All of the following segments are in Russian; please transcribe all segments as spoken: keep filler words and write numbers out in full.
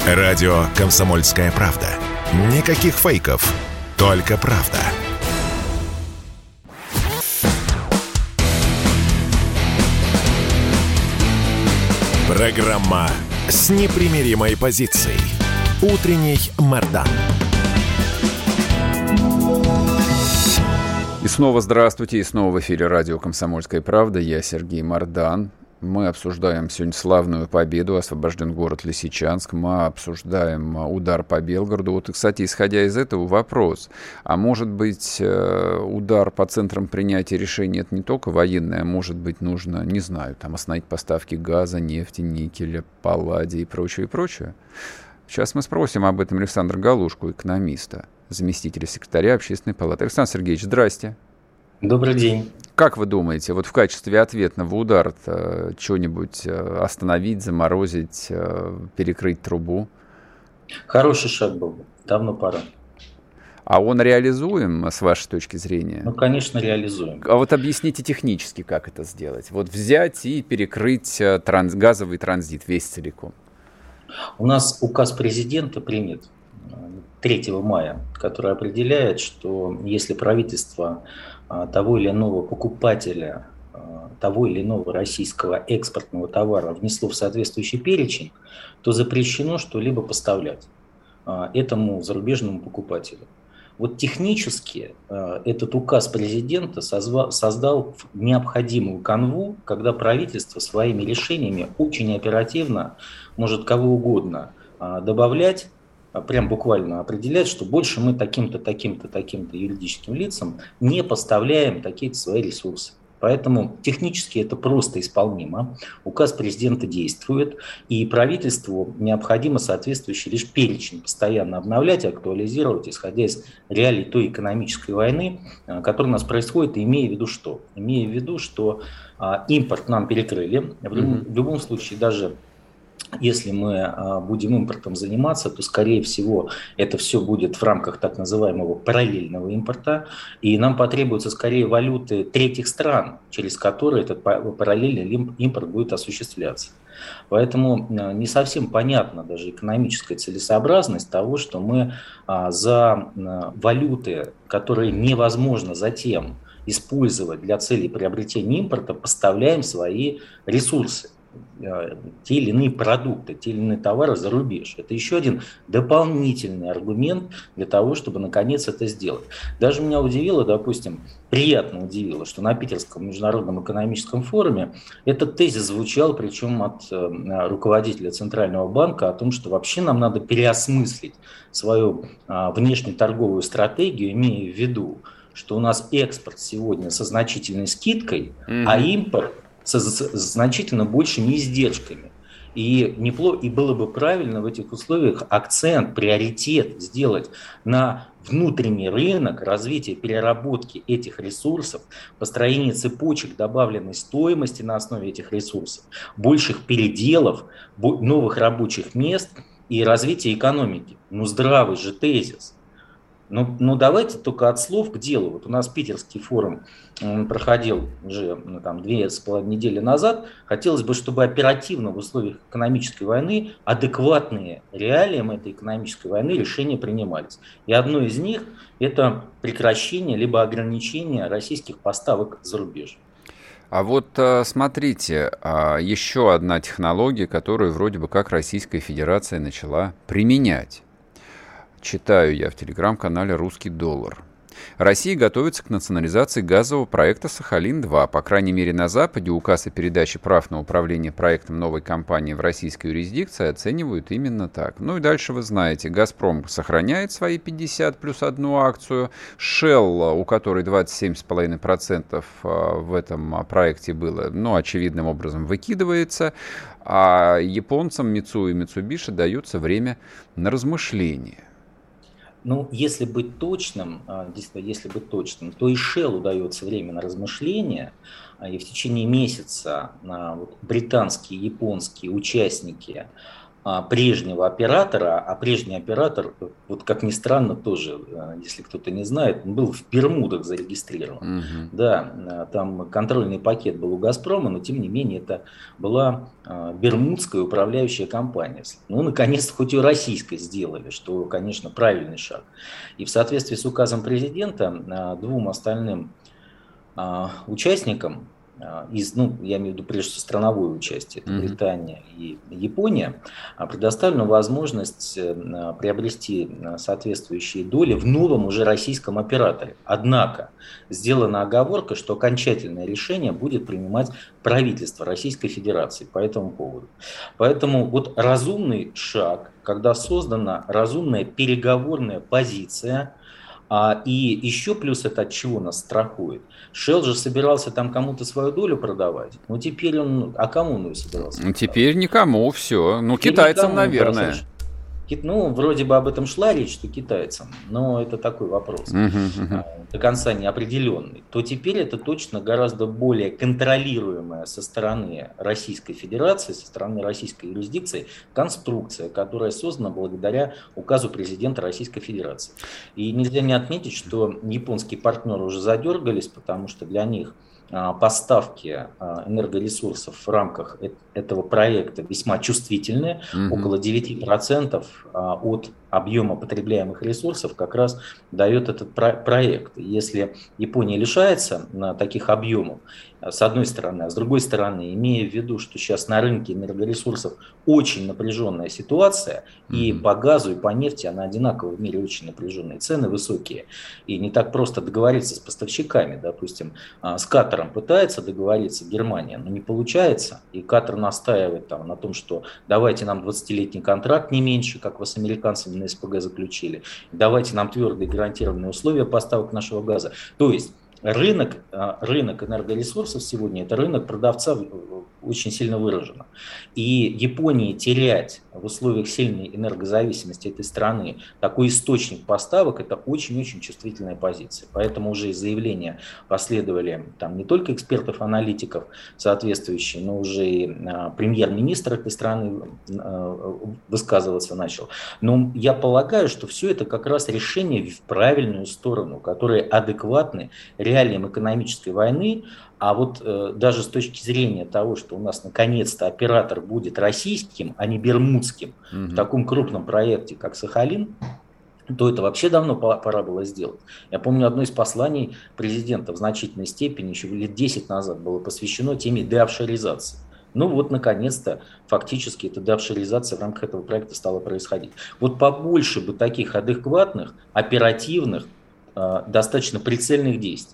Радио «Комсомольская правда». Никаких фейков, только правда. Программа с непримиримой позицией. Утренний Мардан. И снова здравствуйте, и снова в эфире радио «Комсомольская правда». Я Сергей Мардан. Мы обсуждаем сегодня славную победу, освобожден город Лисичанск. Мы обсуждаем удар по Белгороду. Вот, кстати, исходя из этого, вопрос. А может быть, удар по центрам принятия решений — это не только военное, а может быть, нужно, не знаю, там, остановить поставки газа, нефти, никеля, палладия и прочее, и прочее? Сейчас мы спросим об этом Александра Галушку, экономиста, заместителя секретаря Общественной палаты. Александр Сергеевич, здрасте. Добрый день. Как вы думаете, вот в качестве ответного удара что-нибудь остановить, заморозить, перекрыть трубу? Хороший шаг был бы. Давно пора. А он реализуем, с вашей точки зрения? Ну, конечно, реализуем. А вот объясните технически, как это сделать. Вот взять и перекрыть транс, газовый транзит весь целиком. У нас указ президента принят третьего мая, который определяет, что если правительство того или иного покупателя, того или иного российского экспортного товара внесло в соответствующий перечень, то запрещено что-либо поставлять этому зарубежному покупателю. Вот технически этот указ президента создал необходимую канву, когда правительство своими решениями очень оперативно может кого угодно добавлять, прям буквально определять, что больше мы таким-то, таким-то, таким-то юридическим лицам не поставляем такие-то свои ресурсы. Поэтому технически это просто исполнимо. Указ президента действует, и правительству необходимо соответствующий лишь перечень постоянно обновлять и актуализировать, исходя из реалий той экономической войны, которая у нас происходит, и имея в виду что? Имея в виду, что а, импорт нам перекрыли. В любом, mm-hmm. в любом случае, даже если мы будем импортом заниматься, то, скорее всего, это все будет в рамках так называемого параллельного импорта, и нам потребуются скорее валюты третьих стран, через которые этот параллельный импорт будет осуществляться. Поэтому не совсем понятна даже экономическая целесообразность того, что мы за валюты, которые невозможно затем использовать для целей приобретения импорта, поставляем свои ресурсы. Те или иные продукты, те или иные товары за рубеж. Это еще один дополнительный аргумент для того, чтобы наконец это сделать. Даже меня удивило, допустим, приятно удивило, что на Питерском международном экономическом форуме этот тезис звучал, причем от руководителя Центрального банка, о том, что вообще нам надо переосмыслить свою внешнеторговую стратегию, имея в виду, что у нас экспорт сегодня со значительной скидкой, mm-hmm. а импорт с значительно большими издержками. И, неплохо, и было бы правильно в этих условиях акцент, приоритет сделать на внутренний рынок, развитие переработки этих ресурсов, построение цепочек добавленной стоимости на основе этих ресурсов, больших переделов, новых рабочих мест и развитие экономики. Ну, здравый же тезис. Но, но давайте только от слов к делу. Вот у нас питерский форум проходил уже ну, там, две с половиной недели назад. Хотелось бы, чтобы оперативно в условиях экономической войны адекватные реалиям этой экономической войны решения принимались. И одно из них – это прекращение либо ограничение российских поставок за рубеж. А вот смотрите, еще одна технология, которую вроде бы как Российская Федерация начала применять. Читаю я в телеграм-канале «Русский доллар». Россия готовится к национализации газового проекта «Сахалин-два». По крайней мере, на Западе указ о передаче прав на управление проектом новой компании в российской юрисдикции оценивают именно так. Ну и дальше вы знаете, «Газпром» сохраняет свои пятьдесят плюс одну акцию. Shell, у которой двадцать семь целых пять десятых процента в этом проекте было, ну, очевидным образом выкидывается. А японцам Mitsui и Mitsubishi дается время на размышление. Ну, если быть точным, действительно, если быть точным, то и Shell удается время на размышления, и в течение месяца вот, британские и японские участники прежнего оператора, а прежний оператор, вот как ни странно, тоже, если кто-то не знает, он был в Бермудах зарегистрирован. Угу. Да, там контрольный пакет был у «Газпрома», но тем не менее это была бермудская управляющая компания. Ну, наконец-то хоть и российской сделали, что, конечно, правильный шаг. И в соответствии с указом президента двум остальным участникам, из, ну, я имею в виду прежде всего страновое участие, это Британия и Япония, предоставлена возможность приобрести соответствующие доли в новом уже российском операторе. Однако сделана оговорка, что окончательное решение будет принимать правительство Российской Федерации по этому поводу. Поэтому вот разумный шаг, когда создана разумная переговорная позиция. А, и еще плюс это от чего нас страхует? Shell же собирался там кому-то свою долю продавать. Ну теперь он, а кому он ее собирался продавать? Теперь никому, все. Ну теперь китайцам, никому, наверное. Ну, вроде бы об этом шла речь, что китайцам, но это такой вопрос, uh-huh, uh-huh. до конца неопределенный. То теперь это точно гораздо более контролируемая со стороны Российской Федерации, со стороны российской юрисдикции конструкция, которая создана благодаря указу президента Российской Федерации. И нельзя не отметить, что японские партнеры уже задергались, потому что для них поставки энергоресурсов в рамках этого проекта весьма чувствительные, mm-hmm. около девять процентов от объема потребляемых ресурсов как раз дает этот про- проект. Если Япония лишается на таких объемов, с одной стороны, а с другой стороны, имея в виду, что сейчас на рынке энергоресурсов очень напряженная ситуация, mm-hmm. и по газу, и по нефти она одинаково в мире очень напряженные, цены высокие, и не так просто договориться с поставщиками. Допустим, с Катаром пытается договориться Германия, но не получается, и Катар настаивает там на том, что давайте нам двадцатилетний контракт не меньше, как вы с американцами на СПГ заключили, давайте нам твердые гарантированные условия поставок нашего газа. То есть рынок, рынок энергоресурсов сегодня – это рынок продавца очень сильно выражено. И Японии терять в условиях сильной энергозависимости этой страны такой источник поставок – это очень-очень чувствительная позиция. Поэтому уже заявления последовали там не только экспертов-аналитиков соответствующие, но уже и а, премьер-министр этой страны а, высказываться начал. Но я полагаю, что все это как раз решение в правильную сторону, которые адекватны реалиям экономической войны. А вот э, даже с точки зрения того, что у нас наконец-то оператор будет российским, а не бермудским, mm-hmm. в таком крупном проекте, как Сахалин, то это вообще давно пора было сделать. Я помню, одно из посланий президента в значительной степени еще лет десять назад было посвящено теме деофшоризации. Ну вот, наконец-то, фактически эта деофшоризация в рамках этого проекта стала происходить. Вот побольше бы таких адекватных, оперативных, э, достаточно прицельных действий.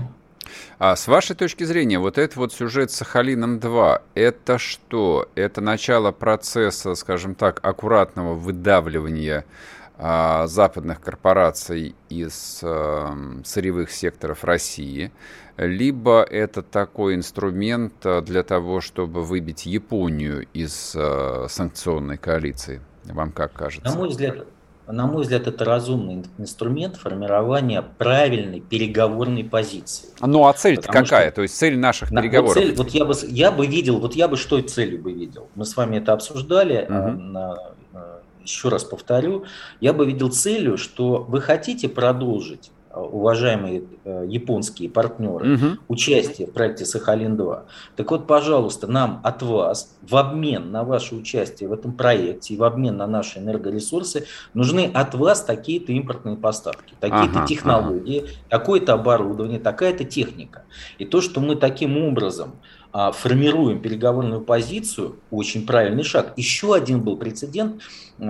А с вашей точки зрения, вот этот вот сюжет с Сахалином-два, это что? Это начало процесса, скажем так, аккуратного выдавливания а, западных корпораций из а, сырьевых секторов России, либо это такой инструмент для того, чтобы выбить Японию из а, санкционной коалиции? Вам как кажется? На мой взгляд... На мой взгляд, это разумный инструмент формирования правильной переговорной позиции. Ну, а цель-то какая? Что, То есть цель наших на, переговоров? Вот, цель, вот я бы, я бы видел, вот я бы что целью бы видел. Мы с вами это обсуждали. Uh-huh. А, на, а, еще раз повторю. Я бы видел целью, что вы хотите продолжить, уважаемые э, японские партнеры, угу. участие в проекте Сахалин-два. Так вот, пожалуйста, нам от вас в обмен на ваше участие в этом проекте и в обмен на наши энергоресурсы нужны от вас такие-то импортные поставки, такие-то ага, технологии, ага. такое-то оборудование, такая-то техника. И то, что мы таким образом а, формируем переговорную позицию, очень правильный шаг. Еще один был прецедент.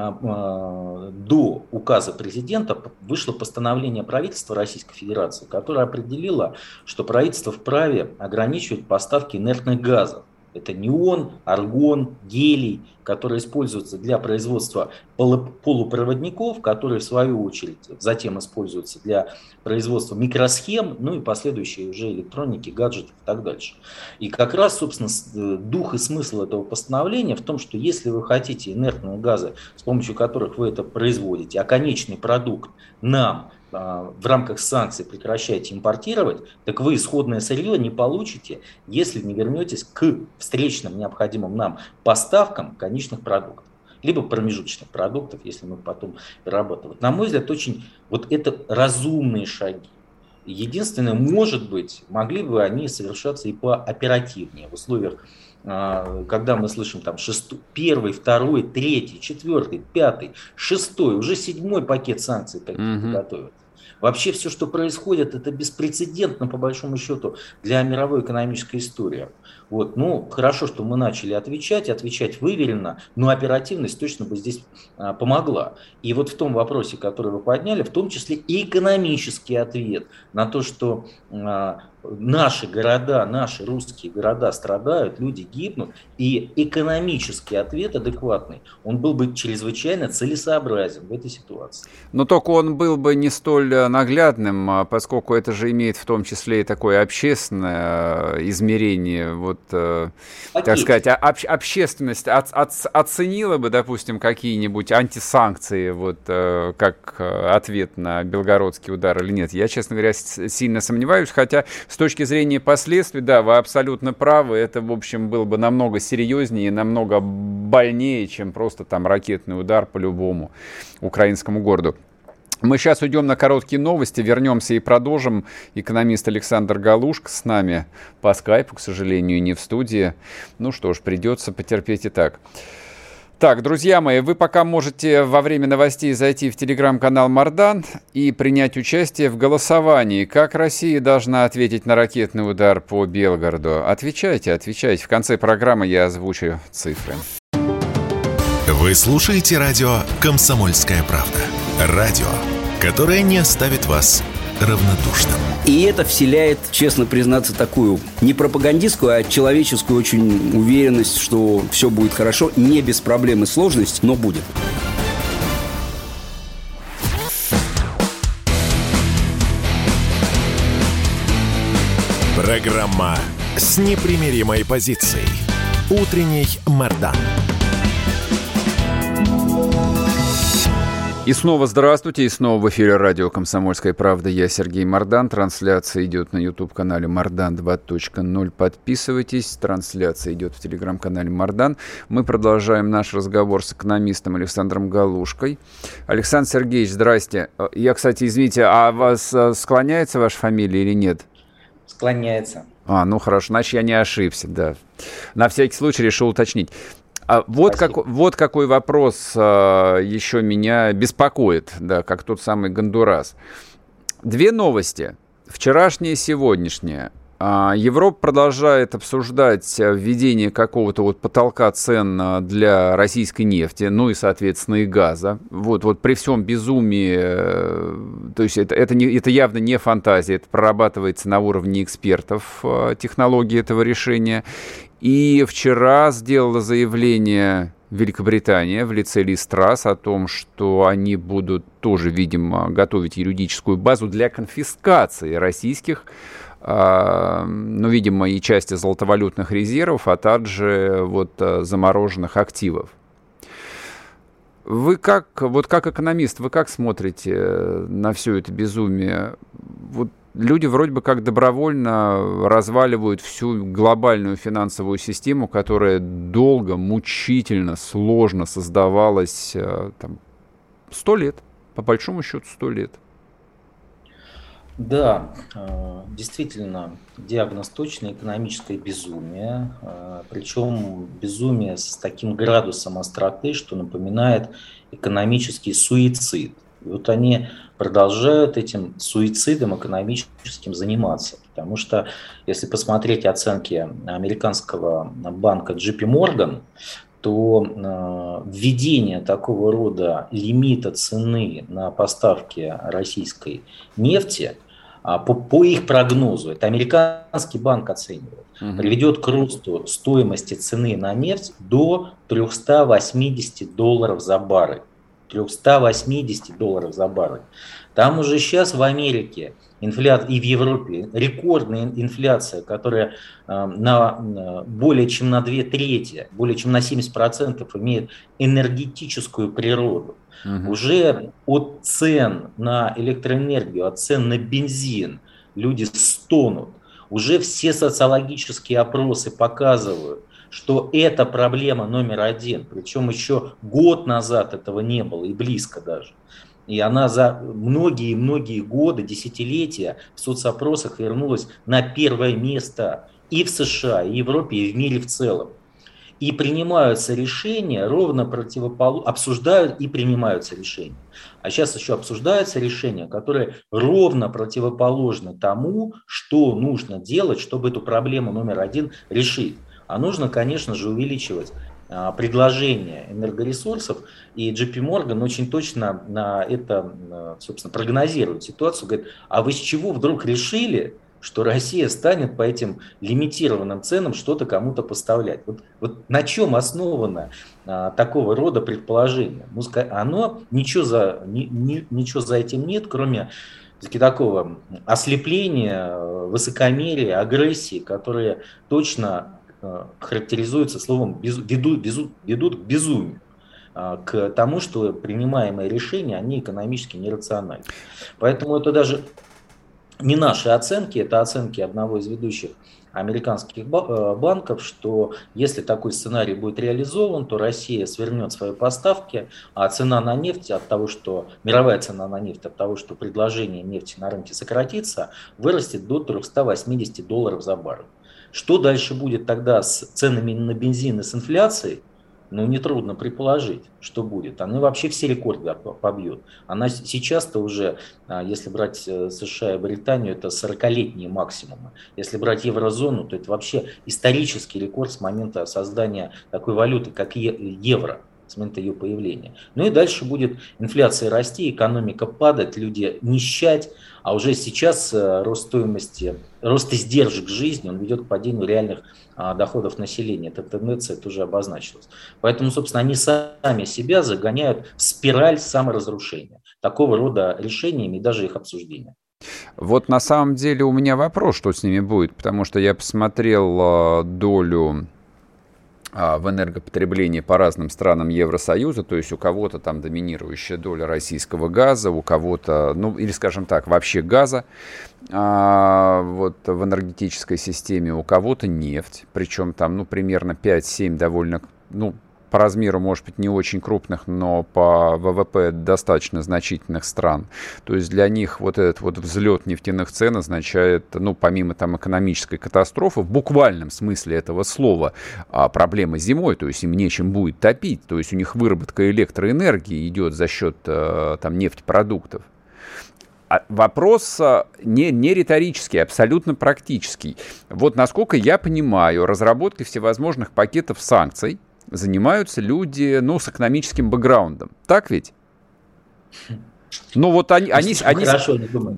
До указа президента вышло постановление правительства Российской Федерации, которое определило, что правительство вправе ограничивать поставки инертных газов. Это неон, аргон, гелий, которые используются для производства полупроводников, которые в свою очередь затем используются для производства микросхем, ну и последующие уже электроники, гаджетов и так дальше. И как раз, собственно, дух и смысл этого постановления в том, что если вы хотите инертные газы, с помощью которых вы это производите, а конечный продукт нам в рамках санкций прекращаете импортировать, так вы исходное сырье не получите, если не вернетесь к встречным необходимым нам поставкам конечных продуктов. либо промежуточных продуктов, если мы потом перерабатываем. На мой взгляд, очень вот это разумные шаги. Единственное, может быть, могли бы они совершаться и пооперативнее в условиях, когда мы слышим там шестой, первый, второй, третий, четвертый, пятый, шестой, уже седьмой пакет санкций каких-то mm-hmm. готовят. Вообще все, что происходит, это беспрецедентно, по большому счету, для мировой экономической истории. Вот. Ну, хорошо, что мы начали отвечать, отвечать выверенно, но оперативность точно бы здесь а, помогла. И вот в том вопросе, который вы подняли, в том числе и экономический ответ на то, что а, наши города, наши русские города страдают, люди гибнут, и экономический ответ адекватный, он был бы чрезвычайно целесообразен в этой ситуации. Но только он был бы не столь наглядным, поскольку это же имеет в том числе и такое общественное измерение. Вот, так сказать, об, общественность от, от, оценила бы, допустим, какие-нибудь антисанкции, вот, как ответ на белгородский удар или нет. Я, честно говоря, сильно сомневаюсь, хотя с точки зрения последствий, да, вы абсолютно правы, это, в общем, было бы намного серьезнее и намного больнее, чем просто там ракетный удар по любому украинскому городу. Мы сейчас уйдем на короткие новости, вернемся и продолжим. Экономист Александр Галушко с нами по скайпу, к сожалению, не в студии. Ну что ж, придется потерпеть и так. Так, друзья мои, вы пока можете во время новостей зайти в телеграм-канал Мардан и принять участие в голосовании. Как Россия должна ответить на ракетный удар по Белгороду? Отвечайте, отвечайте. В конце программы я озвучу цифры. Вы слушаете радио «Комсомольская правда». Радио, которое не оставит вас равнодушным. И это вселяет, честно признаться, такую не пропагандистскую, а человеческую очень уверенность, что все будет хорошо, не без проблем и сложностей, но будет. Программа с непримиримой позицией. Утренний Мардан. И снова здравствуйте, и снова в эфире радио «Комсомольская правда». Я Сергей Мардан. Трансляция идет на YouTube-канале Мардан два точка ноль. Подписывайтесь. Трансляция идет в телеграм-канале Мардан. Мы продолжаем наш разговор с экономистом Александром Галушкой. Александр Сергеевич, здрасте. Я, кстати, извините, а вас склоняется ваша фамилия или нет? Склоняется. А, ну хорошо, значит, я не ошибся, да. На всякий случай решил уточнить. А вот, как, вот какой вопрос а, еще меня беспокоит, да, как тот самый Гондурас. Две новости, вчерашняя и сегодняшняя. А, Европа продолжает обсуждать введение какого-то вот потолка цен для российской нефти, ну и, соответственно, и газа. Вот, вот при всем безумии, то есть это, это, не, это явно не фантазия, это прорабатывается на уровне экспертов технологии этого решения. И вчера сделала заявление Великобритания в лице Лиз Трасс о том, что они будут тоже, видимо, готовить юридическую базу для конфискации российских, э, ну, видимо, и части золотовалютных резервов, а также вот замороженных активов. Вы как, вот как экономист, вы как смотрите на все это безумие? Вот люди вроде бы как добровольно разваливают всю глобальную финансовую систему, которая долго, мучительно, сложно создавалась там, сто лет, по большому счету сто лет. Да, действительно, диагноз точный, экономическое безумие, причем безумие с таким градусом остроты, что напоминает экономический суицид. И вот они продолжают этим суицидом экономическим заниматься, потому что если посмотреть оценки американского банка джей пи Morgan, то э, введение такого рода лимита цены на поставки российской нефти а, по, по их прогнозу, это американский банк оценивает, угу. приведет к росту стоимости цены на нефть до триста восемьдесят долларов за баррель. триста восемьдесят долларов за баррель. Там уже сейчас в Америке инфля... и в Европе рекордная инфляция, которая э, на, на более чем на две трети, более чем на семьдесят процентов имеет энергетическую природу. Угу. Уже от цен на электроэнергию, от цен на бензин люди стонут. Уже все социологические опросы показывают, что это проблема номер один. Причем еще год назад этого не было, и близко даже. И она за многие-многие годы, десятилетия в соцопросах вернулась на первое место и в США, и в Европе, и в мире в целом. И принимаются решения ровно противоположные, обсуждают и принимаются решения. А сейчас еще обсуждаются решения, которые ровно противоположны тому, что нужно делать, чтобы эту проблему номер один решить. А нужно, конечно же, увеличивать а, предложение энергоресурсов. И джей пи Morgan очень точно на это, собственно, прогнозирует ситуацию. Говорит, а вы с чего вдруг решили, что Россия станет по этим лимитированным ценам что-то кому-то поставлять? Вот, вот на чем основано а, такого рода предположение? Ну, оно, ничего за, ни, ни, ничего за этим нет, кроме такого ослепления, высокомерия, агрессии, которые точно а, характеризуются словом, без, ведут, ведут, ведут к безумию, а, к тому, что принимаемые решения, они экономически нерациональны. Поэтому это даже... Не наши оценки, это оценки одного из ведущих американских банков, что если такой сценарий будет реализован, то Россия свернет свои поставки, а цена на нефть от того, что мировая цена на нефть от того, что предложение нефти на рынке сократится, вырастет до триста восемьдесят долларов за баррель. Что дальше будет тогда с ценами на бензин и с инфляцией? Ну, нетрудно предположить, что будет. Она вообще все рекорды побьет. Она сейчас-то уже, если брать США и Британию, это сорокалетние максимумы. Если брать еврозону, то это вообще исторический рекорд с момента создания такой валюты, как евро, с момента ее появления. Ну и дальше будет инфляция расти, экономика падать, люди нищать, а уже сейчас рост стоимости, рост издержек жизни, он ведет к падению реальных а, доходов населения. Эта тенденция тоже обозначилась. Поэтому, собственно, они сами себя загоняют в спираль саморазрушения. Такого рода решениями и даже их обсуждения. Вот на самом деле у меня вопрос, что с ними будет, потому что я посмотрел а, долю в энергопотреблении по разным странам Евросоюза, то есть у кого-то там доминирующая доля российского газа, у кого-то, ну или скажем так, вообще газа а, вот в энергетической системе, у кого-то нефть, причем там ну примерно пять-семь довольно, ну по размеру, может быть, не очень крупных, но по ВВП достаточно значительных стран. То есть для них вот этот вот взлет нефтяных цен означает, ну, помимо там экономической катастрофы, в буквальном смысле этого слова, проблема зимой, то есть им нечем будет топить, то есть у них выработка электроэнергии идет за счет там нефтепродуктов. Вопрос не, не риторический, а абсолютно практический. Вот насколько я понимаю, разработкой всевозможных пакетов санкций занимаются люди, ну, с экономическим бэкграундом. Так ведь? Ну, вот они... они, они хорошо, не думаю.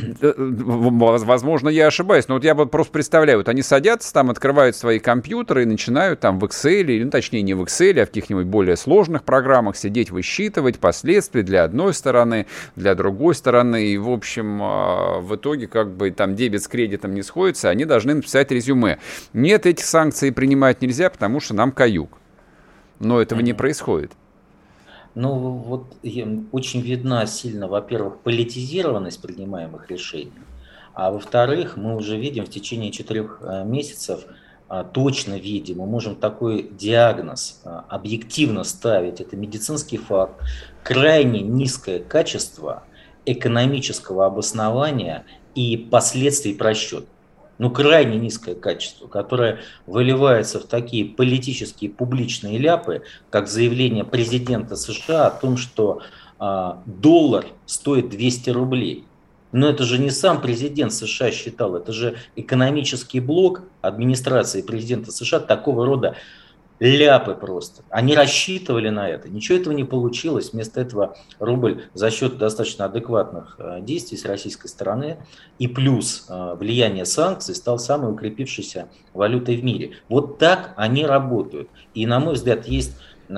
Возможно, я ошибаюсь, но вот я вот просто представляю, вот они садятся там, открывают свои компьютеры и начинают там в Excel, или, ну, точнее, не в Excel, а в каких-нибудь более сложных программах сидеть, высчитывать последствия для одной стороны, для другой стороны, и, в общем, в итоге, как бы, там, дебет с кредитом не сходится, они должны написать резюме. Нет, эти санкции принимать нельзя, потому что нам каюк. Но этого mm-hmm. не происходит. Ну, вот очень видна сильно, во-первых, политизированность принимаемых решений, а во-вторых, мы уже видим в течение четырех месяцев, точно видим, мы можем такой диагноз объективно ставить, это медицинский факт, крайне низкое качество экономического обоснования и последствий просчета. Ну, крайне низкое качество, которое выливается в такие политические публичные ляпы, как заявление президента США о том, что а, доллар стоит двести рублей. Но это же не сам президент США считал, это же экономический блок администрации президента США такого рода ляпы просто. Они рассчитывали на это, ничего этого не получилось. Вместо этого рубль за счет достаточно адекватных действий с российской стороны и плюс влияние санкций стал самой укрепившейся валютой в мире. Вот так они работают. И, на мой взгляд, есть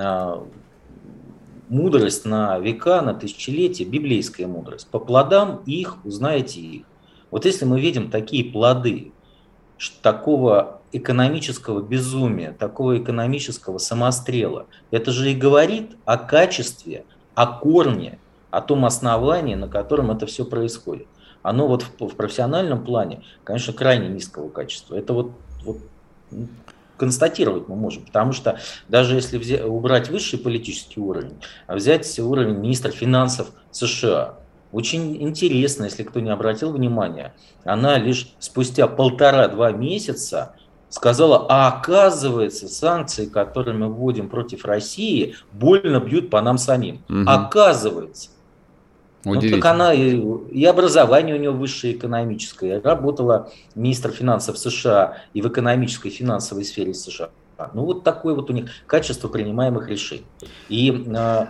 мудрость на века, на тысячелетия, библейская мудрость. По плодам их узнаете их. Вот если мы видим такие плоды, такого экономического безумия, такого экономического самострела, это же и говорит о качестве, о корне, о том основании, на котором это все происходит. Оно вот в, в профессиональном плане, конечно, крайне низкого качества. Это вот, вот констатировать мы можем, потому что даже если взять, убрать высший политический уровень, а взять уровень министра финансов США, очень интересно, если кто не обратил внимания, она лишь спустя полтора-два месяца сказала, а оказывается, санкции, которые мы вводим против России, больно бьют по нам самим. Угу. Оказывается. Ну, так она и, и образование у нее высшее экономическое, работала министр финансов США и в экономической и финансовой сфере США. Ну вот такое вот у них качество принимаемых решений. И э,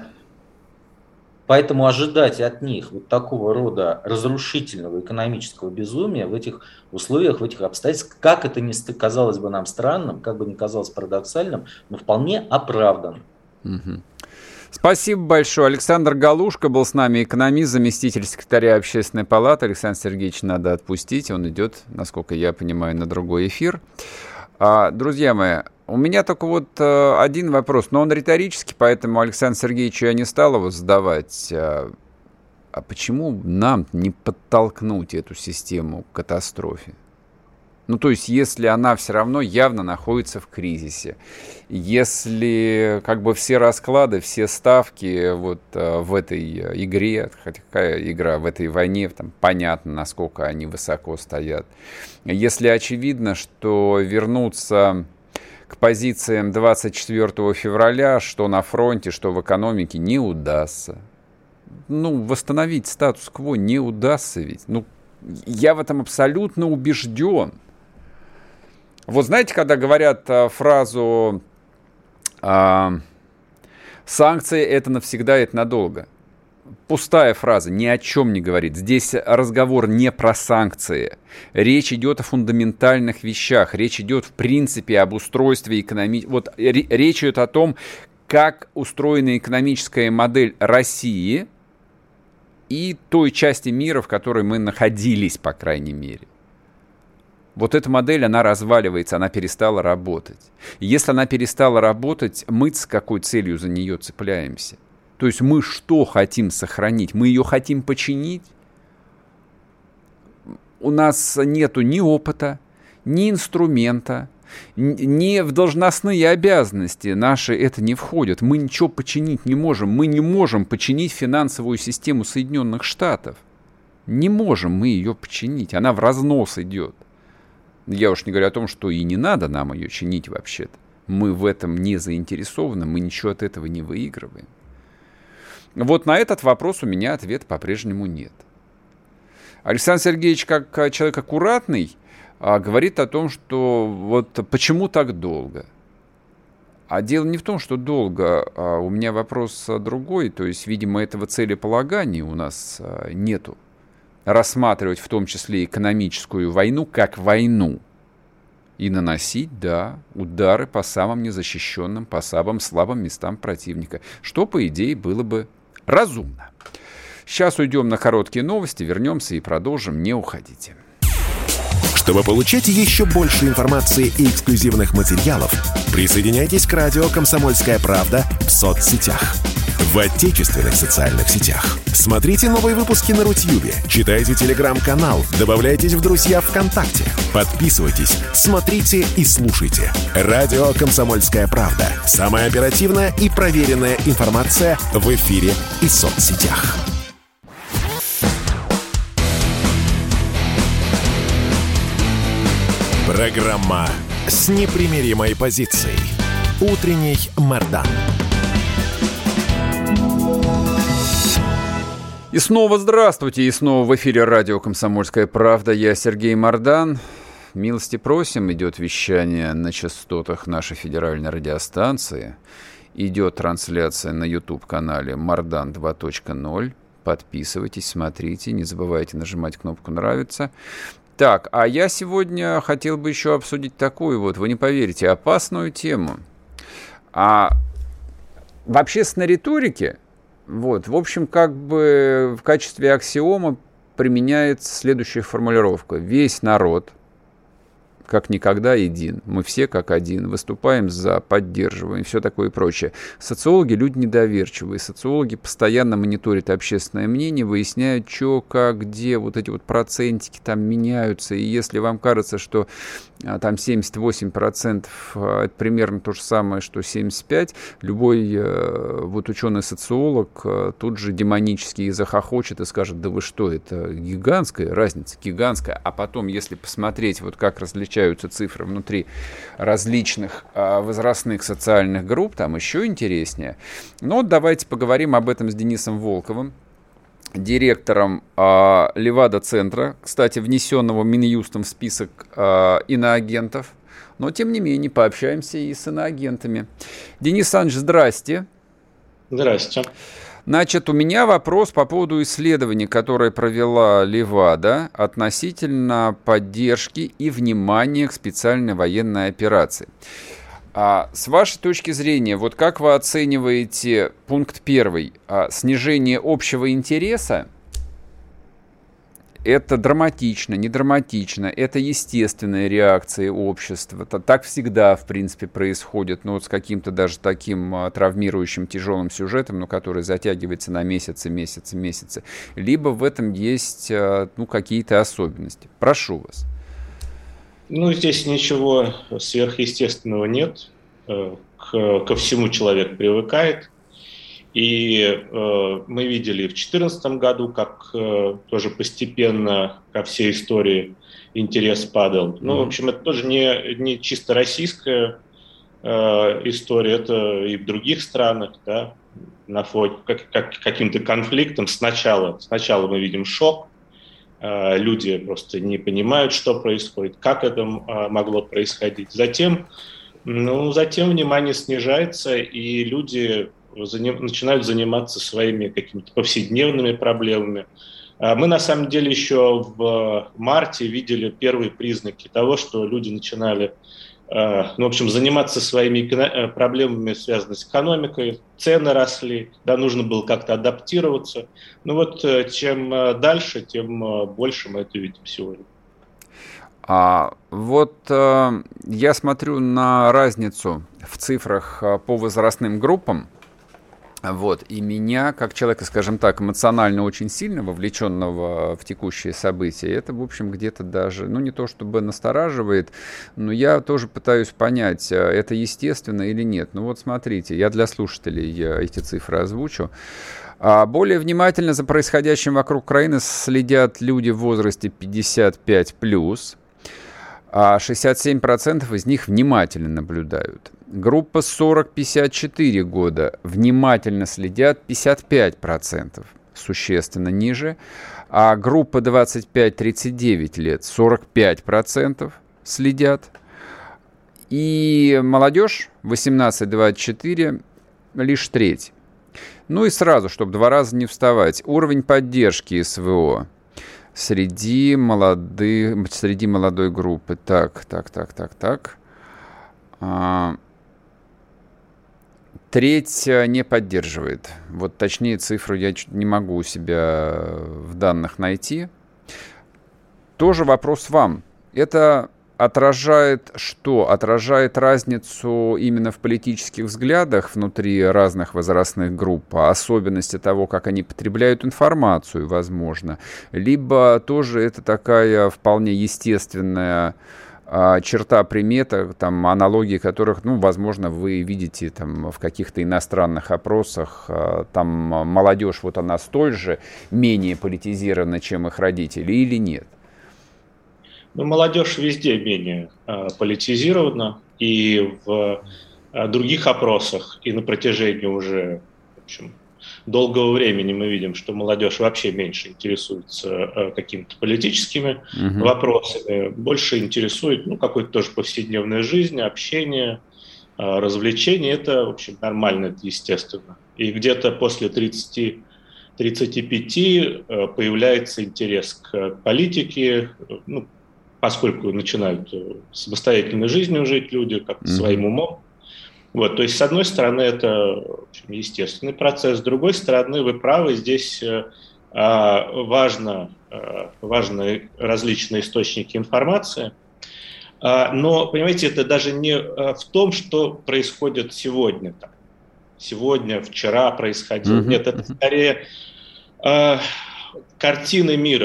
поэтому ожидать от них вот такого рода разрушительного экономического безумия в этих условиях, в этих обстоятельствах, как это ни казалось бы нам странным, как бы ни казалось парадоксальным, но вполне оправданно. Угу. Спасибо большое. Александр Галушко был с нами, экономист, заместитель секретаря Общественной палаты. Александр Сергеевич надо отпустить, он идет, насколько я понимаю, на другой эфир. А, друзья мои, у меня только вот а, один вопрос, но он риторический, поэтому Александру Сергеевичу я не стал его задавать. А, а почему нам не подтолкнуть эту систему к катастрофе? Ну, то есть, если она все равно явно находится в кризисе, если как бы все расклады, все ставки вот э, в этой игре, хотя какая игра, в этой войне, там понятно, насколько они высоко стоят, если очевидно, что вернуться к позициям двадцать четвёртого февраля, что на фронте, что в экономике, не удастся. Ну, восстановить статус-кво не удастся ведь. Ну, я в этом абсолютно убежден. Вот знаете, когда говорят а, фразу а, «санкции – это навсегда, это надолго». Пустая фраза, ни о чем не говорит. Здесь разговор не про санкции. Речь идет о фундаментальных вещах. Речь идет, в принципе, об устройстве экономики. Вот речь идет о том, как устроена экономическая модель России и той части мира, в которой мы находились, по крайней мере. Вот эта модель, она разваливается, она перестала работать. И если она перестала работать, мы с какой целью за нее цепляемся? То есть мы что хотим сохранить? Мы ее хотим починить? У нас нету ни опыта, ни инструмента, ни в должностные обязанности наши это не входит. Мы ничего починить не можем. Мы не можем починить финансовую систему Соединенных Штатов. Не можем мы ее починить. Она в разнос идет. Я уж не говорю о том, что и не надо нам ее чинить вообще-то. Мы в этом не заинтересованы, мы ничего от этого не выигрываем. Вот на этот вопрос у меня ответа по-прежнему нет. Александр Сергеевич, как человек аккуратный, говорит о том, что вот почему так долго. А дело не в том, что долго, а у меня вопрос другой. То есть, видимо, этого целеполагания у нас нету. Рассматривать в том числе экономическую войну как войну. И наносить, да, удары по самым незащищенным, по самым слабым местам противника. Что, по идее, было бы разумно. Сейчас уйдем на короткие новости, вернемся и продолжим. Не уходите. Чтобы получать еще больше информации и эксклюзивных материалов, присоединяйтесь к радио «Комсомольская правда» в соцсетях. В отечественных социальных сетях. Смотрите новые выпуски на Рутьюбе, читайте телеграм-канал, добавляйтесь в друзья ВКонтакте, подписывайтесь, смотрите и слушайте. Радио «Комсомольская правда». Самая оперативная и проверенная информация в эфире и соцсетях. Программа с непримиримой позицией. Утренний Мардан. И снова здравствуйте, и снова в эфире радио «Комсомольская правда». Я Сергей Мардан. Милости просим, идет вещание на частотах нашей федеральной радиостанции. Идет трансляция на YouTube-канале Мардан два точка ноль. Подписывайтесь, смотрите, не забывайте нажимать кнопку «Нравится». Так, а я сегодня хотел бы еще обсудить такую вот, вы не поверите, опасную тему. А в общественной риторике, вот, в общем, как бы в качестве аксиома применяется следующая формулировка. Весь народ, как никогда, един. Мы все как один. Выступаем за, поддерживаем, все такое и прочее. Социологи – люди недоверчивые. Социологи постоянно мониторят общественное мнение, выясняют, что, как, где, вот эти вот процентики там меняются. И если вам кажется, что там семьдесят восемь процентов, это примерно то же самое, что семьдесят пять процентов, любой вот ученый-социолог тут же демонически захохочет и скажет: да вы что, это гигантская разница, гигантская. А потом, если посмотреть, вот как различаются цифры внутри различных возрастных социальных групп, там еще интереснее. Ну вот давайте поговорим об этом с Денисом Волковым, директором э, Левада-центра, кстати, внесенного Минюстом в список э, иноагентов, но, тем не менее, пообщаемся и с иноагентами. Денис Александрович, здрасте. Здрасте. Значит, у меня вопрос по поводу исследования, которое провела Левада относительно поддержки и внимания к специальной военной операции. А с вашей точки зрения, вот как вы оцениваете пункт первый, а, снижение общего интереса? Это драматично, не драматично, это естественная реакция общества. Это так всегда, в принципе, происходит, но вот с каким-то даже таким а, травмирующим, тяжелым сюжетом, но который затягивается на месяцы, месяцы, месяцы. Либо в этом есть а, ну, какие-то особенности. Прошу вас. Ну, здесь ничего сверхъестественного нет. К, ко всему человек привыкает. И э, мы видели в две тысячи четырнадцатом году, как э, тоже постепенно ко всей истории интерес падал. Ну, в общем, это тоже не, не чисто российская э, история, это и в других странах, да, на фоне как, как, каким-то конфликтом. Сначала, сначала мы видим шок. Люди просто не понимают, что происходит, как это могло происходить. Затем, ну, затем внимание снижается, и люди заним, начинают заниматься своими какими-то повседневными проблемами. Мы, на самом деле, еще в марте видели первые признаки того, что люди начинали, ну, в общем, заниматься своими проблемами, связанными с экономикой. Цены росли, да, нужно было как-то адаптироваться. Ну вот, чем дальше, тем больше мы это видим сегодня. А вот э, я смотрю на разницу в цифрах по возрастным группам. Вот, и меня, как человека, скажем так, эмоционально очень сильно вовлеченного в текущие события, это, в общем, где-то даже, ну, не то чтобы настораживает, но я тоже пытаюсь понять, это естественно или нет. Ну, вот смотрите, я для слушателей эти цифры озвучу. Более внимательно за происходящим вокруг Украины следят люди в возрасте пятьдесят пять плюс, а шестьдесят семь процентов из них внимательно наблюдают. Группа сорок пятьдесят четыре года внимательно следят пятьдесят пять процентов, существенно ниже. А группа двадцать пять тридцать девять лет сорок пять процентов следят. И молодежь восемнадцать двадцать четыре лишь треть. Ну и сразу, чтобы два раза не вставать, уровень поддержки СВО среди, молодых, среди молодой группы. Так, так, так, так, так. А, треть не поддерживает. Вот точнее цифру я не могу у себя в данных найти. Тоже вопрос вам. Это отражает что? Отражает разницу именно в политических взглядах внутри разных возрастных групп, особенности того, как они потребляют информацию, возможно. Либо тоже это такая вполне естественная а, черта, примета, там, аналогии которых, ну, возможно, вы видите там, в каких-то иностранных опросах, а, там молодежь, вот она столь же менее политизирована, чем их родители, или нет? Ну, молодежь везде менее э, политизирована, и в э, других опросах, и на протяжении уже, в общем, долгого времени мы видим, что молодежь вообще меньше интересуется э, какими-то политическими uh-huh. вопросами, больше интересует, ну, какой-то тоже повседневная жизнь, общение, э, развлечение. Это, в общем, нормально, это естественно. И где-то после тридцати тридцати пяти э, появляется интерес к политике, ну, поскольку начинают самостоятельной жизнью жить люди, как-то mm-hmm. своим умом. Вот, то есть, с одной стороны, это, в общем, естественный процесс, с другой стороны, вы правы, здесь а, важно, а, важны различные источники информации, а, но, понимаете, это даже не в том, что происходит сегодня, там, сегодня, вчера происходило. Mm-hmm. Нет, это скорее а, картины мира,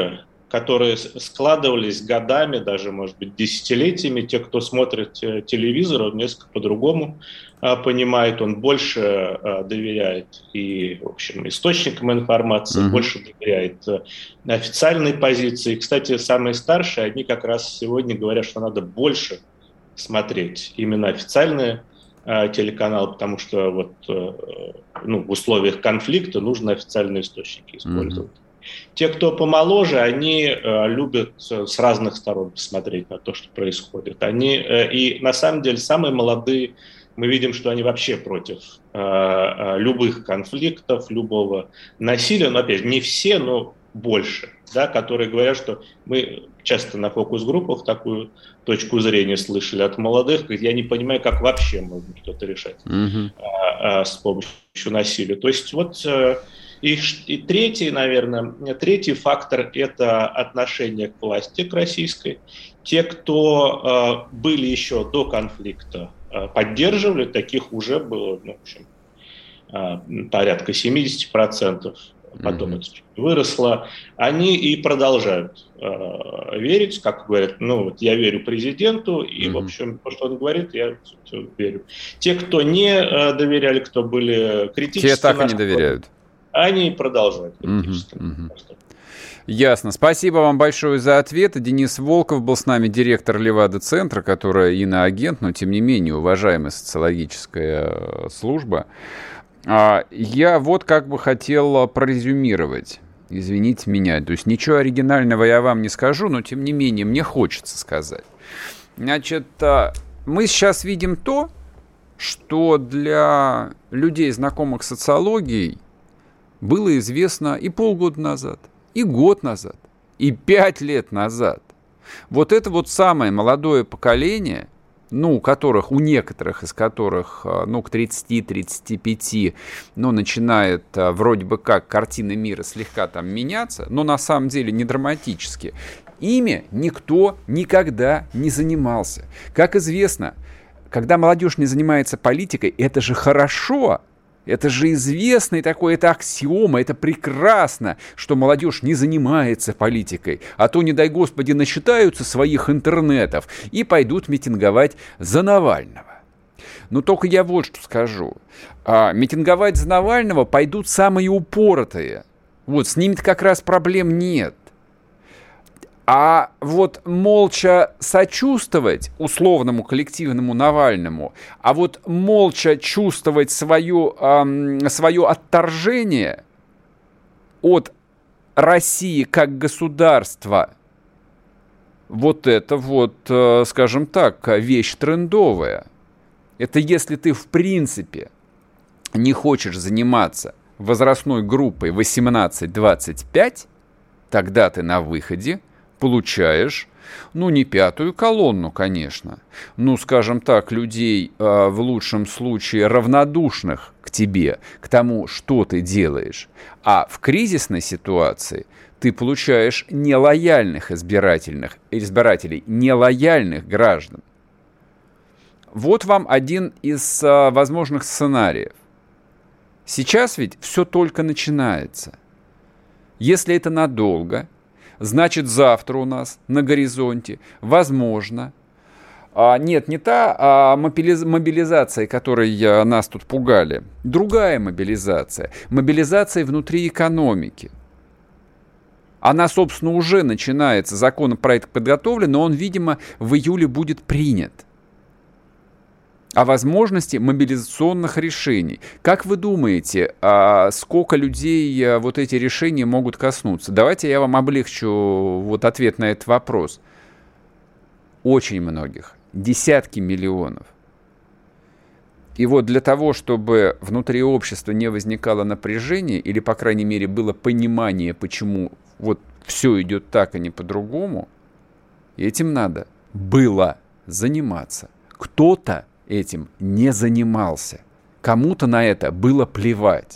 которые складывались годами, даже, может быть, десятилетиями. Те, кто смотрит телевизор, он несколько по-другому понимает, он больше доверяет и, в общем, источникам информации, mm-hmm. больше доверяет официальной позиции. Кстати, самые старшие, они как раз сегодня говорят, что надо больше смотреть именно официальные телеканалы, потому что вот, ну, в условиях конфликта нужно официальные источники использовать. Mm-hmm. Те, кто помоложе, они э, любят с разных сторон посмотреть на то, что происходит. Они, э, и на самом деле самые молодые, мы видим, что они вообще против э, э, любых конфликтов, любого насилия. Но опять, не все, но больше, да, которые говорят, что мы часто на фокус-группах такую точку зрения слышали от молодых, говорят, я не понимаю, как вообще можно что-то решать mm-hmm. э, э, с помощью насилия. То есть вот... Э, И, и третий, наверное, третий фактор – это отношение к власти, к российской. Те, кто э, были еще до конфликта, э, поддерживали, таких уже было, ну, в общем, э, порядка семьдесят процентов, потом mm-hmm. это выросло. Они и продолжают э, верить, как говорят, ну, вот я верю президенту, и, mm-hmm. в общем, то, что он говорит, я верю. Те, кто не э, доверяли, кто были критически… Те так и не доверяют. Они продолжают. Uh-huh, uh-huh. Ясно. Спасибо вам большое за ответы. Денис Волков был с нами, директор Левада-центра, которая иноагент, но тем не менее уважаемая социологическая служба. Я вот как бы хотел прорезюмировать. Извините меня. То есть ничего оригинального я вам не скажу, но тем не менее мне хочется сказать. Значит, мы сейчас видим то, что для людей, знакомых с социологией, было известно и полгода назад, и год назад, и пять лет назад. Вот это вот самое молодое поколение, ну, у которых, у некоторых из которых, ну, к тридцати-тридцати пяти, ну, начинает вроде бы как картина мира слегка там меняться, но на самом деле не драматически, ими никто никогда не занимался. Как известно, когда молодежь не занимается политикой, это же хорошо. Это же известный такой, это аксиома, это прекрасно, что молодежь не занимается политикой. А то, не дай Господи, насчитаются своих интернетов и пойдут митинговать за Навального. Но только я вот что скажу. А, митинговать за Навального пойдут самые упоротые. Вот, с ними как раз проблем нет. А вот молча сочувствовать условному коллективному Навальному, а вот молча чувствовать свое, эм, свое отторжение от России как государства, вот это вот, э, скажем так, вещь трендовая. Это если ты в принципе не хочешь заниматься возрастной группой восемнадцать двадцать пять, тогда ты на выходе получаешь, ну, не пятую колонну, конечно, ну, скажем так, людей э, в лучшем случае равнодушных к тебе, к тому, что ты делаешь. А в кризисной ситуации ты получаешь нелояльных избирательных, избирателей, нелояльных граждан. Вот вам один из э, возможных сценариев. Сейчас ведь все только начинается. Если это надолго, значит, завтра у нас на горизонте, возможно, а, нет, не та а мобилиз- мобилизация, которой а, нас тут пугали, другая мобилизация, мобилизация внутри экономики. Она, собственно, уже начинается, законопроект подготовлен, но он, видимо, в июле будет принят. О возможности мобилизационных решений. Как вы думаете, сколько людей вот эти решения могут коснуться? Давайте я вам облегчу вот ответ на этот вопрос. Очень многих. Десятки миллионов. И вот для того, чтобы внутри общества не возникало напряжения, или, по крайней мере, было понимание, почему вот все идет так, а не по-другому, этим надо было заниматься. Кто-то этим не занимался. Кому-то на это было плевать.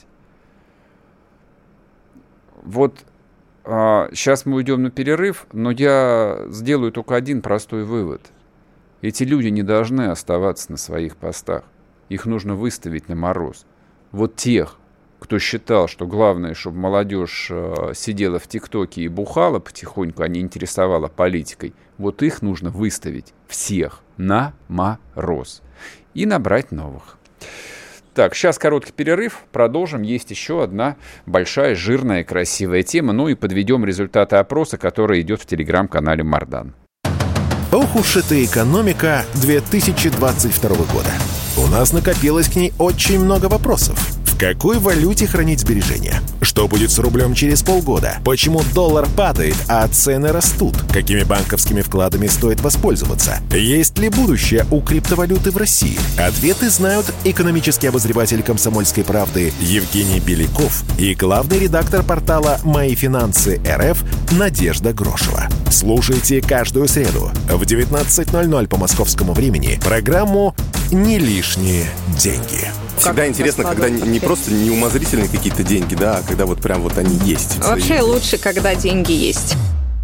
Вот а, сейчас мы уйдем на перерыв, но я сделаю только один простой вывод. Эти люди не должны оставаться на своих постах. Их нужно выставить на мороз. Вот тех, кто считал, что главное, чтобы молодежь э, сидела в ТикТоке и бухала потихоньку, а не интересовала политикой, вот их нужно выставить всех на мороз и набрать новых. Так, сейчас короткий перерыв, продолжим. Есть еще одна большая, жирная, красивая тема. Ну и подведем результаты опроса, который идет в телеграм-канале Мардан. Ох уж эта экономика две тысячи двадцать второго года. У нас накопилось к ней очень много вопросов. В какой валюте хранить сбережения? Что будет с рублем через полгода? Почему доллар падает, а цены растут? Какими банковскими вкладами стоит воспользоваться? Есть ли будущее у криптовалюты в России? Ответы знают экономический обозреватель «Комсомольской правды» Евгений Беляков и главный редактор портала «Мои финансы РФ» Надежда Грошева. Слушайте каждую среду в девятнадцать ноль ноль по московскому времени программу «Не лишние деньги». Всегда как интересно, когда не просто неумозрительные какие-то деньги, да, а когда вот прям вот они есть. Вообще лучше, когда деньги есть.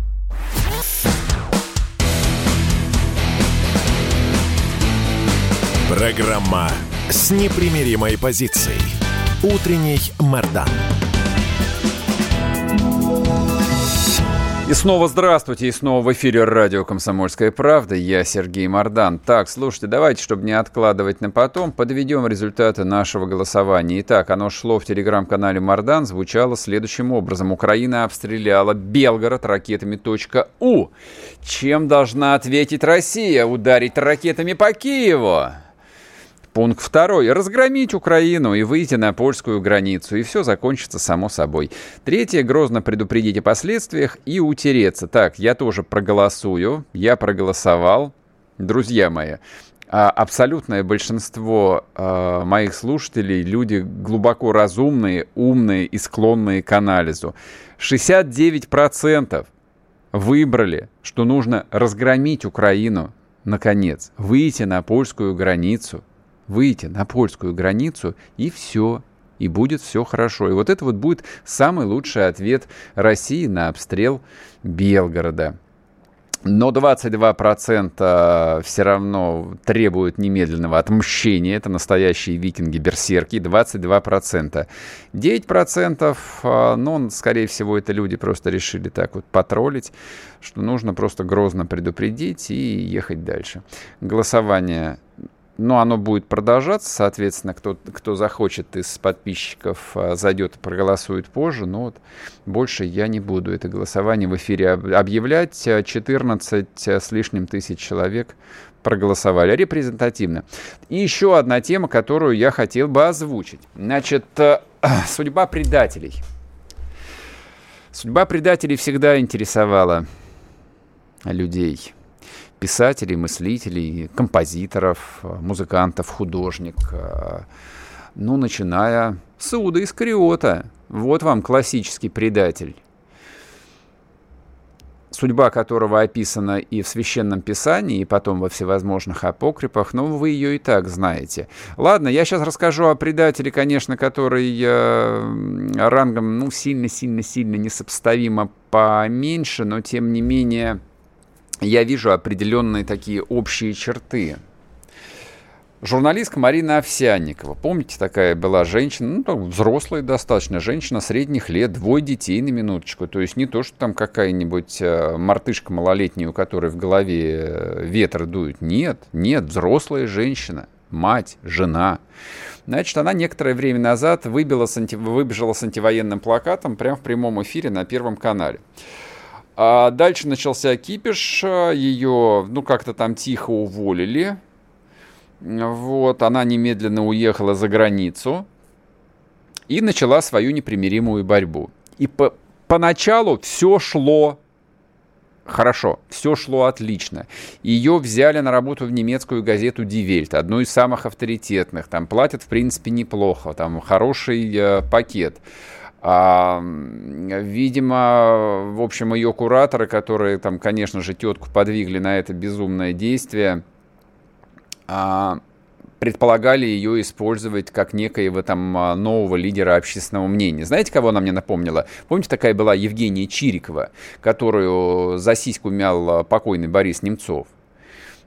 Программа с непримиримой позицией. Утренний Мардан. И снова здравствуйте, и снова в эфире радио «Комсомольская правда». Я Сергей Мардан. Так, слушайте, давайте, чтобы не откладывать на потом, подведем результаты нашего голосования. Итак, оно шло в телеграм-канале Мардан, звучало следующим образом. Украина обстреляла Белгород ракетами .У. Чем должна ответить Россия? Ударить ракетами по Киеву? Пункт второй. Разгромить Украину и выйти на польскую границу. И все закончится само собой. Третье. Грозно предупредить о последствиях и утереться. Так, я тоже проголосую. Я проголосовал. Друзья мои, абсолютное большинство э, моих слушателей люди глубоко разумные, умные и склонные к анализу. шестьдесят девять процентов выбрали, что нужно разгромить Украину, наконец, выйти на польскую границу. Выйти на польскую границу, и все, и будет все хорошо. И вот это вот будет самый лучший ответ России на обстрел Белгорода. Но двадцать два процента все равно требуют немедленного отмщения. Это настоящие викинги-берсерки. двадцать два процента. девять процентов, ну, скорее всего, это люди просто решили так вот потроллить, что нужно просто грозно предупредить и ехать дальше. Голосование... Но оно будет продолжаться, соответственно, кто, кто захочет из подписчиков, зайдет и проголосует позже, но вот больше я не буду это голосование в эфире объявлять. четырнадцать с лишним тысяч человек проголосовали репрезентативно. И еще одна тема, которую я хотел бы озвучить. Значит, судьба предателей. Судьба предателей всегда интересовала людей. Писателей, мыслителей, композиторов, музыкантов, художников. Ну, начиная с Иуда Искариота. Вот вам классический предатель, судьба которого описана и в Священном Писании, и потом во всевозможных апокрифах, но вы ее и так знаете. Ладно, я сейчас расскажу о предателе, конечно, который э, рангом, ну, сильно-сильно-сильно несопоставимо поменьше, но тем не менее... Я вижу определенные такие общие черты. Журналистка Марина Овсянникова. Помните, такая была женщина, ну, взрослая достаточно, женщина средних лет, двое детей на минуточку. То есть не то, что там какая-нибудь мартышка малолетняя, у которой в голове ветер дует. Нет, нет, взрослая женщина, мать, жена. Значит, она некоторое время назад выбила с анти... выбежала с антивоенным плакатом прямо в прямом эфире на Первом канале. А дальше начался кипиш, ее, ну, как-то там тихо уволили. Вот, она немедленно уехала за границу и начала свою непримиримую борьбу. И по- поначалу все шло хорошо, все шло отлично. Ее взяли на работу в немецкую газету Die Welt, одну из самых авторитетных. Там платят, в принципе, неплохо, там хороший э, пакет. А, видимо, в общем, ее кураторы, которые там, конечно же, тетку подвигли на это безумное действие, а, предполагали ее использовать как некоего там нового лидера общественного мнения. Знаете, кого она мне напомнила? Помните, такая была Евгения Чирикова, которую за сиську мял покойный Борис Немцов?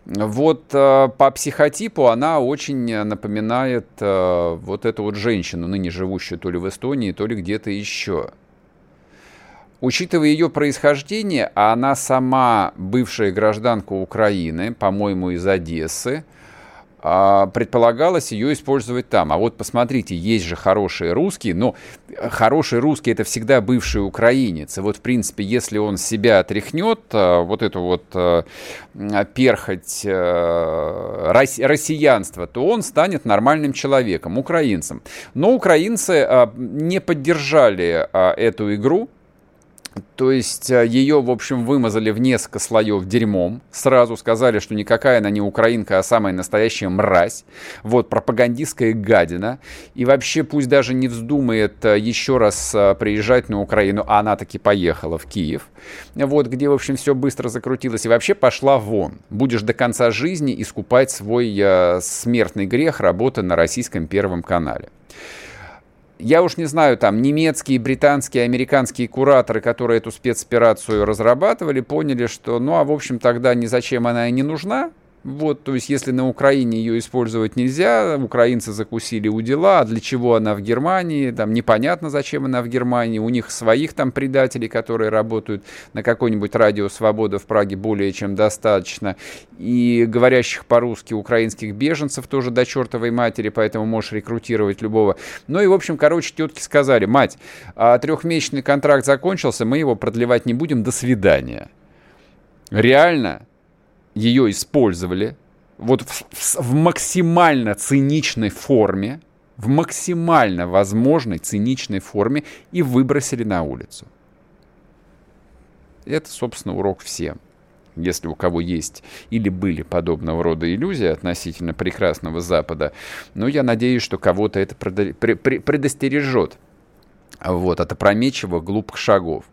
Вот по психотипу она очень напоминает вот эту вот женщину, ныне живущую то ли в Эстонии, то ли где-то еще. Учитывая ее происхождение, а она сама бывшая гражданка Украины, по-моему, из Одессы, предполагалось ее использовать там. А вот посмотрите, есть же хорошие русские, но хороший русский — это всегда бывший украинец. И вот, в принципе, если он себя отряхнет, вот эту вот перхоть россиянства, то он станет нормальным человеком, украинцем. Но украинцы не поддержали эту игру. То есть ее, в общем, вымазали в несколько слоев дерьмом. Сразу сказали, что никакая она не украинка, а самая настоящая мразь. Вот, пропагандистская гадина. И вообще пусть даже не вздумает еще раз приезжать на Украину, а она таки поехала в Киев. Вот, где, в общем, все быстро закрутилось. И вообще пошла вон. Будешь до конца жизни искупать свой э, смертный грех, работая на российском Первом канале. Я уж не знаю, там немецкие, британские, американские кураторы, которые эту спецоперацию разрабатывали, поняли, что, ну, а в общем, тогда ни зачем она и не нужна. Вот, то есть, если на Украине ее использовать нельзя, украинцы закусили у дела, а для чего она в Германии, там непонятно, зачем она в Германии, у них своих там предателей, которые работают на какой-нибудь радио «Свобода» в Праге более чем достаточно, и говорящих по-русски украинских беженцев тоже до чертовой матери, поэтому можешь рекрутировать любого. Ну и, в общем, короче, тетки сказали: мать, трехмесячный контракт закончился, мы его продлевать не будем, до свидания. Реально ее использовали вот в, в, в максимально циничной форме, в максимально возможной циничной форме и выбросили на улицу. Это, собственно, урок всем. Если у кого есть или были подобного рода иллюзии относительно прекрасного Запада, но я надеюсь, что кого-то это предостережет вот, от опрометчивых глупых шагов.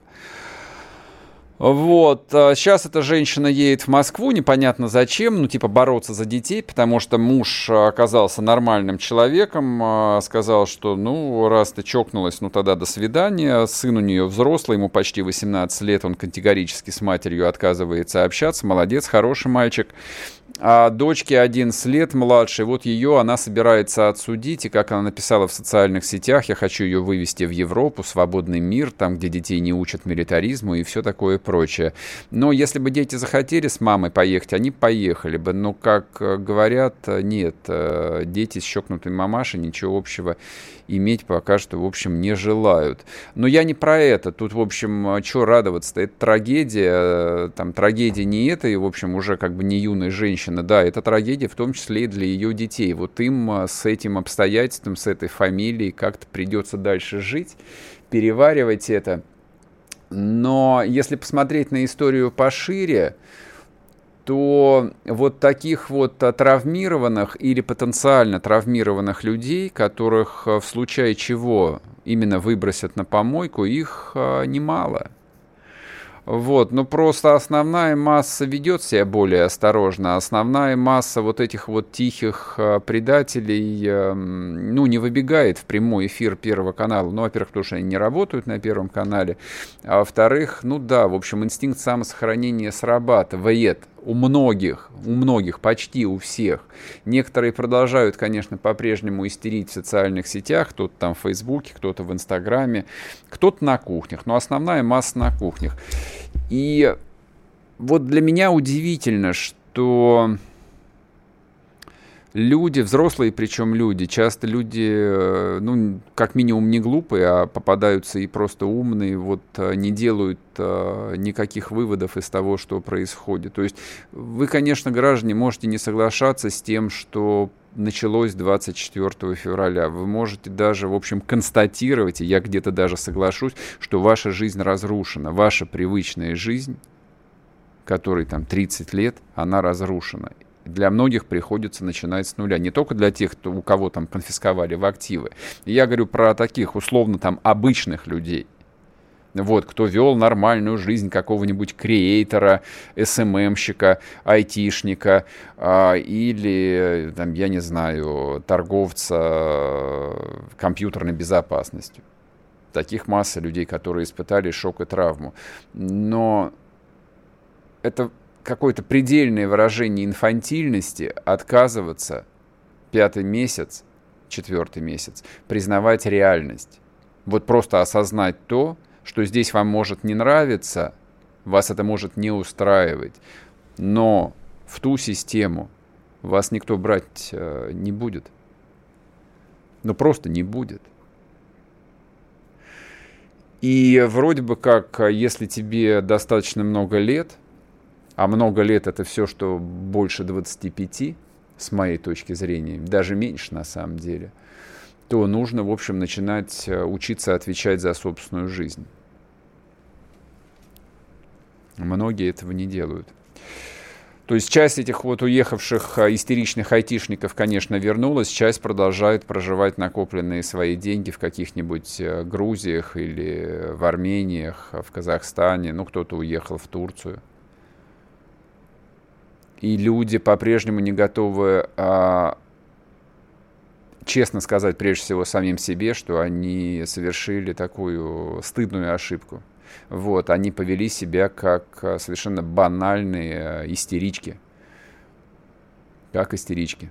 Вот, сейчас эта женщина едет в Москву, непонятно зачем, ну, типа бороться за детей, потому что муж оказался нормальным человеком, сказал, что, ну, раз ты чокнулась, ну, тогда до свидания, сын у нее взрослый, ему почти восемнадцать лет, он категорически с матерью отказывается общаться, молодец, хороший мальчик. А дочке одиннадцать лет, младшей, вот ее она собирается отсудить, и как она написала в социальных сетях, я хочу ее вывести в Европу, свободный мир, там, где детей не учат милитаризму и все такое прочее. Но если бы дети захотели с мамой поехать, они поехали бы, но, как говорят, нет, дети с щекнутой мамашей ничего общего иметь пока что, в общем, не желают. Но я не про это. Тут, в общем, что радоваться-то? Это трагедия. Там трагедия не это, и, в общем, уже как бы не юная женщина. Да, это трагедия в том числе и для ее детей. Вот им с этим обстоятельством, с этой фамилией как-то придется дальше жить, переваривать это. Но если посмотреть на историю пошире, то вот таких вот травмированных или потенциально травмированных людей, которых в случае чего именно выбросят на помойку, их немало. Вот, но просто основная масса ведет себя более осторожно. Основная масса вот этих вот тихих предателей, ну, не выбегает в прямой эфир Первого канала. Ну, во-первых, потому что они не работают на Первом канале. А во-вторых, ну да, в общем, инстинкт самосохранения срабатывает. У многих, у многих, почти у всех. Некоторые продолжают, конечно, по-прежнему истерить в социальных сетях. Кто-то там в Фейсбуке, кто-то в Инстаграме, кто-то на кухнях. Но основная масса на кухнях. И вот для меня удивительно, что люди, взрослые причем люди, часто люди, ну, как минимум не глупые, а попадаются и просто умные, вот не делают а, никаких выводов из того, что происходит. То есть вы, конечно, граждане, можете не соглашаться с тем, что началось двадцать четвёртого февраля. Вы можете даже, в общем, констатировать, и я где-то даже соглашусь, что ваша жизнь разрушена, ваша привычная жизнь, которой там тридцать лет, она разрушена. Для многих приходится начинать с нуля. Не только для тех, кто, у кого там конфисковали в активы. Я говорю про таких условно там обычных людей. Вот, кто вел нормальную жизнь какого-нибудь креатора, эс эм эм-щика, айтишника а, или, там, я не знаю, торговца компьютерной безопасностью. Таких масса людей, которые испытали шок и травму. Но это какое-то предельное выражение инфантильности отказываться пятый месяц, четвертый месяц, признавать реальность. Вот просто осознать то, что здесь вам может не нравиться, вас это может не устраивать, но в ту систему вас никто брать э, не будет. Ну, просто не будет. И вроде бы как, если тебе достаточно много лет, а много лет это все, что больше двадцати пяти, с моей точки зрения, даже меньше на самом деле, то нужно, в общем, начинать учиться отвечать за собственную жизнь. Многие этого не делают. То есть часть этих вот уехавших истеричных айтишников, конечно, вернулась, часть продолжает проживать накопленные свои деньги в каких-нибудь Грузиях или в Армениях, в Казахстане, ну, кто-то уехал в Турцию. И люди по-прежнему не готовы, а, честно сказать, прежде всего самим себе, что они совершили такую стыдную ошибку. Вот, они повели себя как совершенно банальные истерички. Как истерички.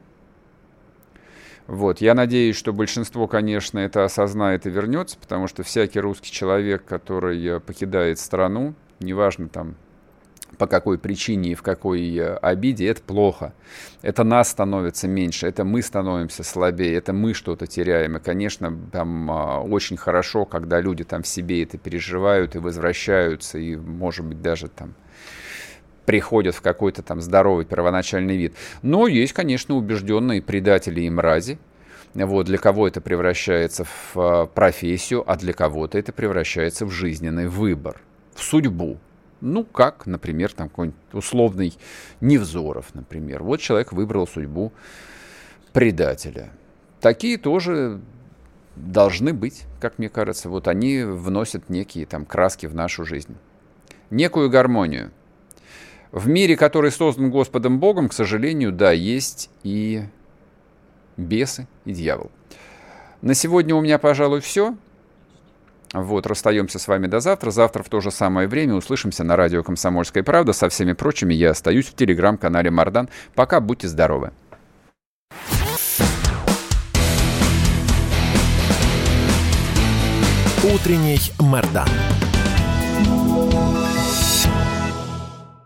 Вот, я надеюсь, что большинство, конечно, это осознает и вернется, потому что всякий русский человек, который покидает страну, неважно там по какой причине и в какой обиде, это плохо. Это нас становится меньше, это мы становимся слабее, это мы что-то теряем. И, конечно, там очень хорошо, когда люди там в себе это переживают и возвращаются, и, может быть, даже там приходят в какой-то там здоровый первоначальный вид. Но есть, конечно, убежденные предатели и мрази. Вот, для кого это превращается в профессию, а для кого-то это превращается в жизненный выбор, в судьбу. Ну, как, например, там какой-нибудь условный Невзоров, например. Вот человек выбрал судьбу предателя. Такие тоже должны быть, как мне кажется. Вот они вносят некие там краски в нашу жизнь. Некую гармонию. В мире, который создан Господом Богом, к сожалению, да, есть и бесы, и дьявол. На сегодня у меня, пожалуй, все. Вот, расстаемся с вами до завтра. Завтра в то же самое время услышимся на радио «Комсомольская правда». Со всеми прочими я остаюсь в телеграм-канале Мардан. Пока, будьте здоровы. Утренний Мардан.